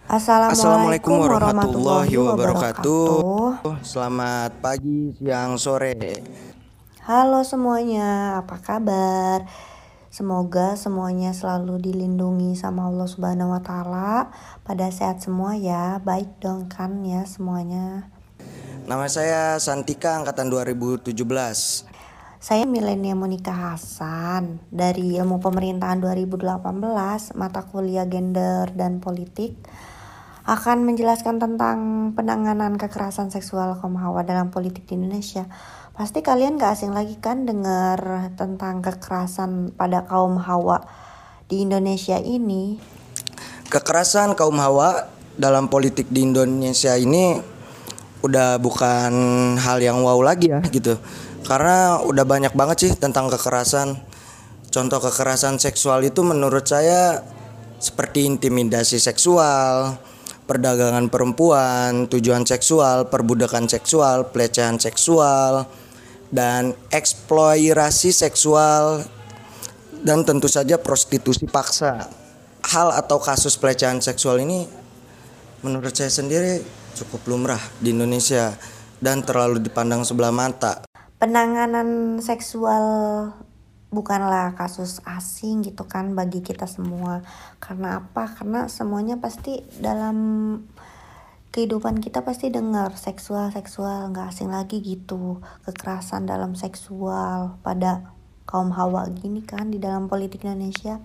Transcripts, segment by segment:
Assalamualaikum Assalamualaikum warahmatullahi warahmatullahi wabarakatuh. wabarakatuh. Selamat pagi, siang, sore. Halo semuanya, apa kabar? Semoga semuanya selalu dilindungi sama Allah Subhanahu wa taala. Pada sehat semua ya. Baik dong kan ya semuanya. Nama saya Santika, angkatan 2017. Saya Milenia Monika Hasan dari Ilmu Pemerintahan 2018, mata kuliah Gender dan Politik. Akan menjelaskan tentang penanganan kekerasan seksual kaum hawa dalam politik di Indonesia. Pasti kalian gak asing lagi kan dengar tentang kekerasan pada kaum hawa di Indonesia ini. Kekerasan kaum hawa dalam politik di Indonesia ini udah bukan hal yang wow lagi ya gitu. Karena udah banyak banget sih tentang kekerasan. Contoh kekerasan seksual itu menurut saya seperti intimidasi seksual, perdagangan perempuan, tujuan seksual, perbudakan seksual, pelecehan seksual, dan eksploitasi seksual, dan tentu saja prostitusi paksa. Hal atau kasus pelecehan seksual ini menurut saya sendiri cukup lumrah di Indonesia dan terlalu dipandang sebelah mata. Penanganan seksual bukanlah kasus asing gitu kan bagi kita semua. Karena apa? Karena semuanya pasti dalam kehidupan kita pasti dengar seksual, nggak asing lagi gitu. Kekerasan dalam seksual pada kaum hawa gini kan di dalam politik Indonesia.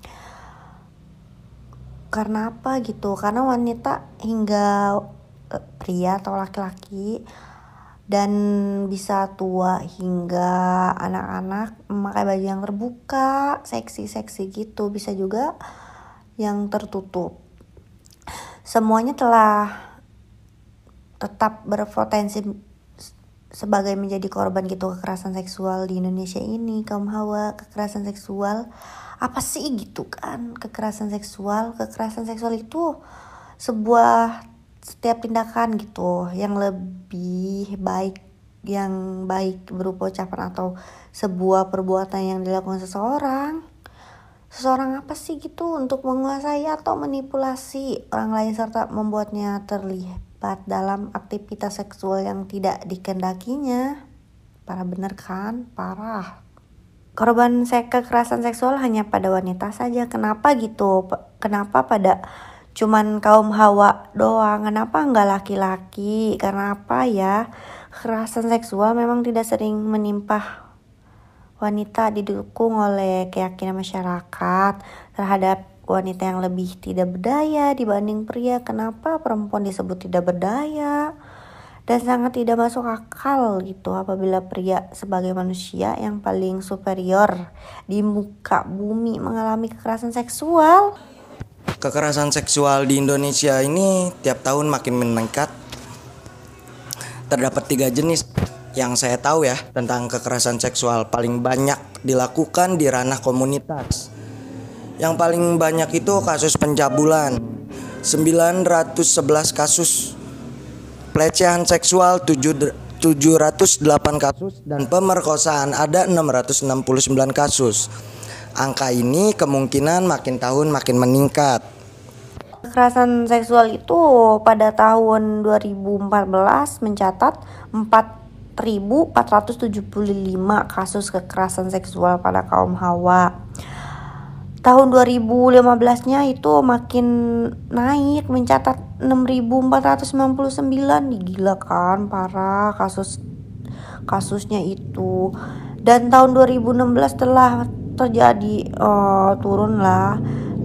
Karena apa gitu? Karena wanita hingga pria atau laki-laki dan bisa tua hingga anak-anak memakai baju yang terbuka, seksi-seksi gitu, bisa juga yang tertutup. Semuanya telah tetap berpotensi sebagai menjadi korban gitu kekerasan seksual di Indonesia ini. Kaum hawa, kekerasan seksual apa sih gitu kan? Kekerasan seksual itu sebuah setiap tindakan gitu yang lebih baik, yang baik berupa ucapan atau sebuah perbuatan yang dilakukan seseorang apa sih gitu untuk menguasai atau manipulasi orang lain serta membuatnya terlibat dalam aktivitas seksual yang tidak dikehendakinya. Parah bener kan? Parah. Korban kekerasan seksual hanya pada wanita saja. Kenapa gitu? Kenapa pada cuman kaum hawa doang? Kenapa enggak laki-laki? Karena apa ya? Kekerasan seksual memang tidak sering menimpa wanita, didukung oleh keyakinan masyarakat terhadap wanita yang lebih tidak berdaya dibanding pria. Kenapa perempuan disebut tidak berdaya? Dan sangat tidak masuk akal gitu apabila pria sebagai manusia yang paling superior di muka bumi mengalami kekerasan seksual. Kekerasan seksual di Indonesia ini tiap tahun makin meningkat. Terdapat 3 jenis yang saya tahu ya tentang kekerasan seksual. Paling banyak dilakukan di ranah komunitas. Yang paling banyak itu kasus pencabulan, 911 kasus, pelecehan seksual 708 kasus, dan pemerkosaan ada 669 kasus. Angka ini kemungkinan makin tahun makin meningkat. Kekerasan seksual itu pada tahun 2014 mencatat 4.475 kasus kekerasan seksual pada kaum hawa. Tahun 2015-nya itu makin naik mencatat 6.499. Gila kan, parah kasusnya itu. Dan tahun 2016 telah terjadi turun lah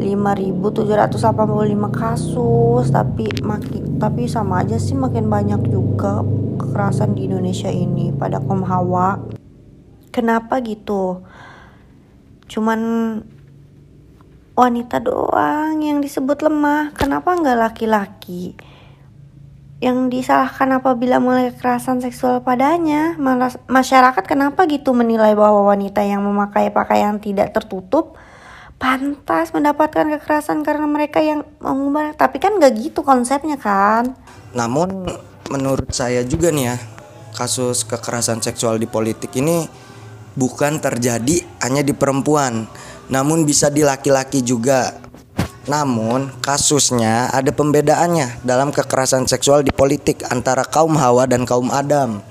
5.785 kasus, tapi sama aja sih makin banyak juga kekerasan di Indonesia ini pada kaum hawa. Kenapa gitu? Cuman wanita doang yang disebut lemah. Kenapa enggak laki-laki yang disalahkan apabila mulai kekerasan seksual padanya? Masyarakat kenapa gitu menilai bahwa wanita yang memakai pakaian tidak tertutup pantas mendapatkan kekerasan karena mereka yang mengubah? Tapi kan gak gitu konsepnya kan. Namun menurut saya juga nih ya, kasus kekerasan seksual di politik ini bukan terjadi hanya di perempuan, namun bisa di laki-laki juga. Namun kasusnya ada pembedaannya dalam kekerasan seksual di politik antara kaum Hawa dan kaum Adam.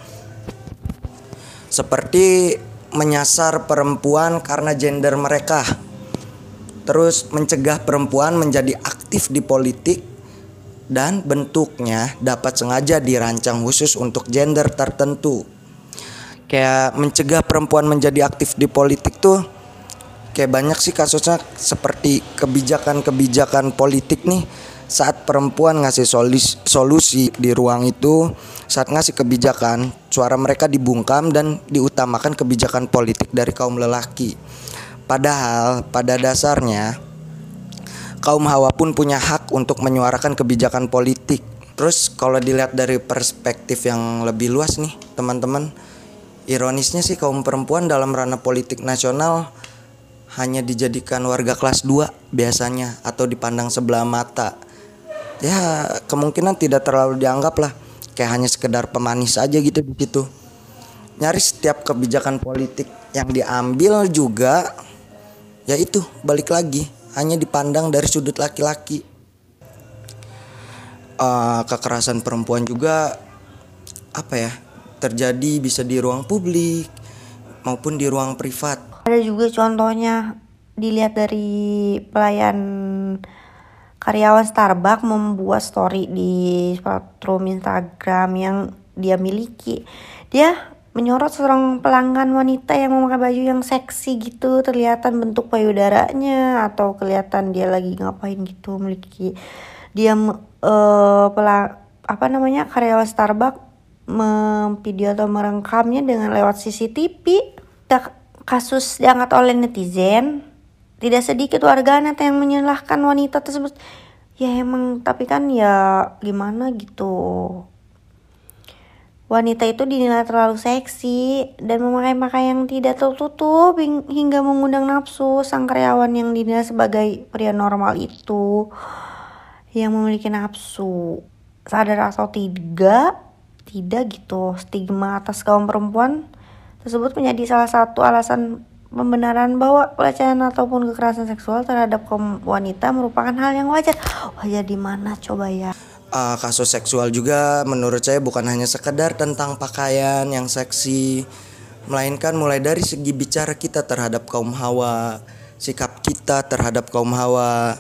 Seperti menyasar perempuan karena gender mereka. Terus mencegah perempuan menjadi aktif di politik dan bentuknya dapat sengaja dirancang khusus untuk gender tertentu. Kayak mencegah perempuan menjadi aktif di politik tuh kayak banyak sih kasusnya, seperti kebijakan-kebijakan politik nih. Saat perempuan ngasih solusi di ruang itu, saat ngasih kebijakan, suara mereka dibungkam dan diutamakan kebijakan politik dari kaum lelaki. Padahal pada dasarnya kaum Hawa pun punya hak untuk menyuarakan kebijakan politik. Terus kalau dilihat dari perspektif yang lebih luas nih teman-teman, ironisnya sih kaum perempuan dalam ranah politik nasional hanya dijadikan warga kelas 2 biasanya, atau dipandang sebelah mata. Ya kemungkinan tidak terlalu dianggap lah, kayak hanya sekedar pemanis aja gitu di situ. Nyaris setiap kebijakan politik yang diambil juga, ya itu balik lagi hanya dipandang dari sudut laki-laki. Kekerasan perempuan juga terjadi bisa di ruang publik maupun di ruang privat. Ada juga contohnya dilihat dari pelayan karyawan Starbucks membuat story di platform Instagram yang dia miliki. Dia menyorot seorang pelanggan wanita yang memakai baju yang seksi gitu, kelihatan bentuk payudaranya atau kelihatan dia lagi ngapain gitu, memiliki dia karyawan Starbucks memvideo atau merekamnya dengan lewat CCTV. Kasus diangkat oleh netizen, tidak sedikit warganet yang menyalahkan wanita tersebut. Ya emang, tapi kan ya gimana gitu. Wanita itu dinilai terlalu seksi dan memakai pakaian yang tidak tertutup hingga mengundang nafsu sang karyawan yang dinilai sebagai pria normal itu yang memiliki nafsu. Sadar atau tidak gitu, stigma atas kaum perempuan tersebut menjadi salah satu alasan pembenaran bahwa pelecehan ataupun kekerasan seksual terhadap kaum wanita merupakan hal yang wajar. Wajar di mana coba ya? Kasus seksual juga menurut saya bukan hanya sekedar tentang pakaian yang seksi, melainkan mulai dari segi bicara kita terhadap kaum Hawa, sikap kita terhadap kaum Hawa.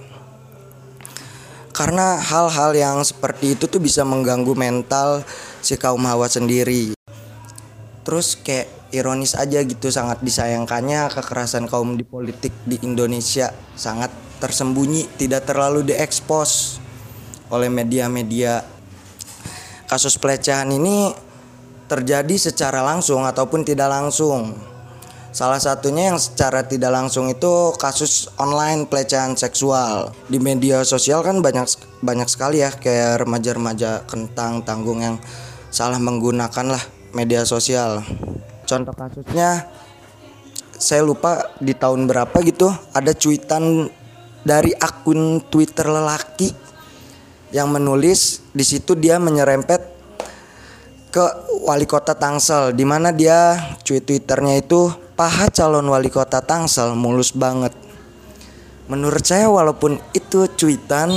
Karena hal-hal yang seperti itu tuh bisa mengganggu mental si kaum Hawa sendiri. Terus kayak ironis aja gitu, sangat disayangkannya kekerasan kaum di politik di Indonesia sangat tersembunyi, tidak terlalu diekspos oleh media-media. Kasus pelecehan ini terjadi secara langsung ataupun tidak langsung. Salah satunya yang secara tidak langsung itu kasus online pelecehan seksual. Di media sosial kan banyak sekali ya, kayak remaja-remaja kentang tanggung yang salah menggunakan lah media sosial. Contoh kasusnya, saya lupa di tahun berapa gitu, ada cuitan dari akun Twitter lelaki yang menulis di situ dia menyerempet ke wali kota Tangsel, di mana dia Twitternya itu paha calon wali kota Tangsel mulus banget. Menurut saya walaupun itu cuitan,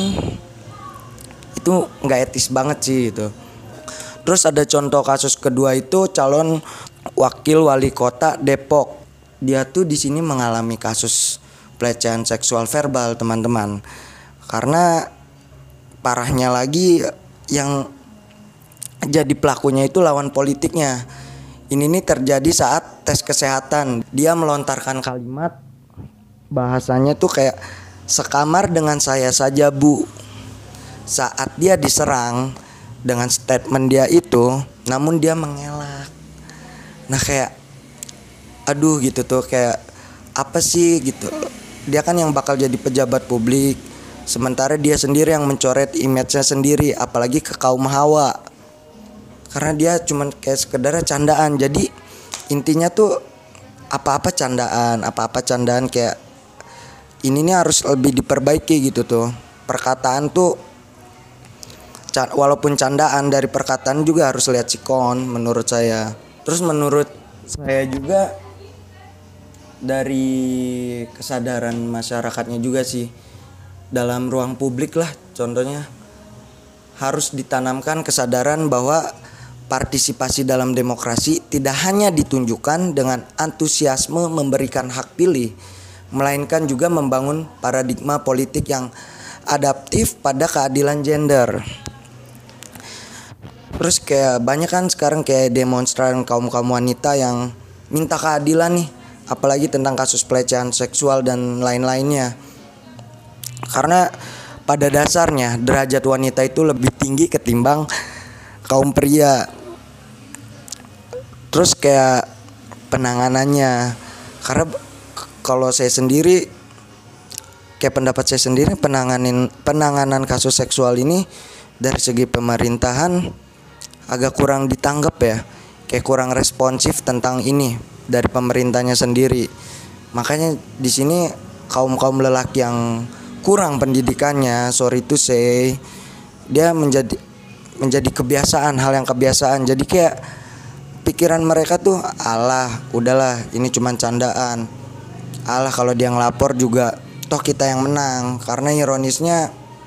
itu nggak etis banget sih gitu. Terus ada contoh kasus kedua itu calon wakil wali kota Depok. Dia tuh di sini mengalami kasus pelecehan seksual verbal, teman-teman. Karena parahnya lagi yang jadi pelakunya itu lawan politiknya. Ini nih terjadi saat tes kesehatan. Dia melontarkan kalimat, bahasanya tuh kayak sekamar dengan saya saja Bu. Saat dia diserang dengan statement dia itu, namun dia mengelak. Nah kayak aduh gitu tuh, kayak apa sih gitu. Dia kan yang bakal jadi pejabat publik, sementara dia sendiri yang mencoret image-nya sendiri, apalagi ke kaum Hawa. Karena dia cuman kayak sekedar candaan. Jadi intinya tuh apa-apa candaan kayak ini nih harus lebih diperbaiki gitu tuh. Perkataan tuh walaupun candaan, dari perkataan juga harus lihat sikon menurut saya. Terus menurut saya juga dari kesadaran masyarakatnya juga sih, dalam ruang publik lah, contohnya harus ditanamkan kesadaran bahwa partisipasi dalam demokrasi tidak hanya ditunjukkan dengan antusiasme memberikan hak pilih, melainkan juga membangun paradigma politik yang adaptif pada keadilan gender. Terus kayak banyak kan sekarang kayak demonstran kaum wanita yang minta keadilan nih, apalagi tentang kasus pelecehan seksual dan lain-lainnya. Karena pada dasarnya derajat wanita itu lebih tinggi ketimbang kaum pria. Terus kayak penanganannya, karena kalau saya sendiri, kayak pendapat saya sendiri, penanganan kasus seksual ini dari segi pemerintahan agak kurang ditanggap ya, kayak kurang responsif tentang ini dari pemerintahnya sendiri. Makanya di sini kaum lelaki yang kurang pendidikannya, sorry to say, dia menjadi kebiasaan, hal yang kebiasaan. Jadi kayak pikiran mereka tuh, alah udahlah ini cuman candaan, alah kalau dia ngelapor juga toh kita yang menang. Karena ironisnya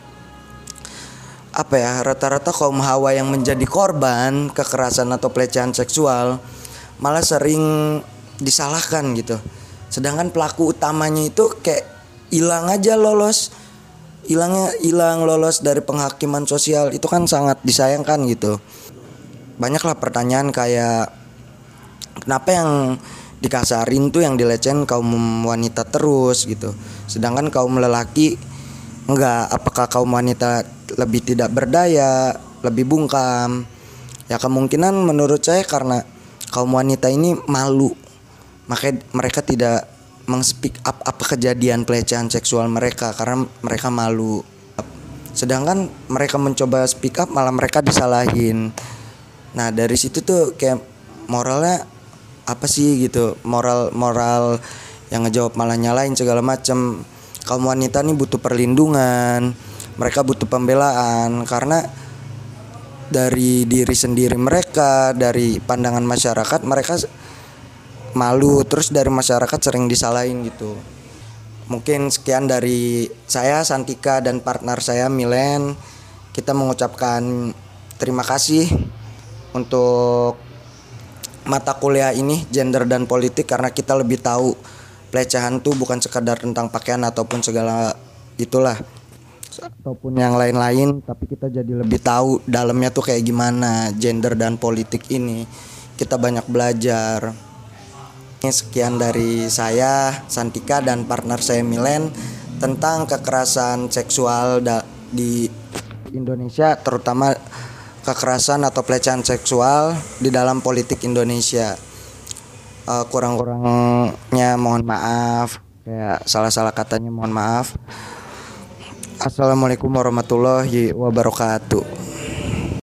apa ya, rata-rata kaum hawa yang menjadi korban kekerasan atau pelecehan seksual malah sering disalahkan gitu, sedangkan pelaku utamanya itu kayak hilang lolos dari penghakiman sosial. Itu kan sangat disayangkan gitu. Banyaklah pertanyaan kayak kenapa yang dikasarin tuh, yang dilecehin kaum wanita terus gitu, sedangkan kaum lelaki enggak. Apakah kaum wanita lebih tidak berdaya, lebih bungkam? Ya kemungkinan menurut saya karena kaum wanita ini malu, makanya mereka tidak meng-speak up apa kejadian pelecehan seksual mereka karena mereka malu. Sedangkan mereka mencoba speak up malah mereka disalahin. Nah dari situ tuh kayak moralnya apa sih gitu, moral yang ngejawab malah nyalain segala macam. Kaum wanita nih butuh perlindungan, mereka butuh pembelaan karena dari diri sendiri mereka, dari pandangan masyarakat mereka malu, terus dari masyarakat sering disalahin gitu. Mungkin sekian dari saya, Santika, dan partner saya Milen. Kita mengucapkan terima kasih untuk mata kuliah ini, gender dan politik, karena kita lebih tahu pelecehan tuh bukan sekadar tentang pakaian ataupun segala itulah ataupun yang lain-lain, tapi kita jadi lebih tahu dalamnya tuh kayak gimana gender dan politik ini. Kita banyak belajar. Sekian dari saya, Santika, dan partner saya Milen tentang kekerasan seksual di Indonesia, terutama kekerasan atau pelecehan seksual di dalam politik Indonesia. Kurang-kurangnya mohon maaf, kayak salah-salah katanya mohon maaf. Assalamualaikum warahmatullahi wabarakatuh.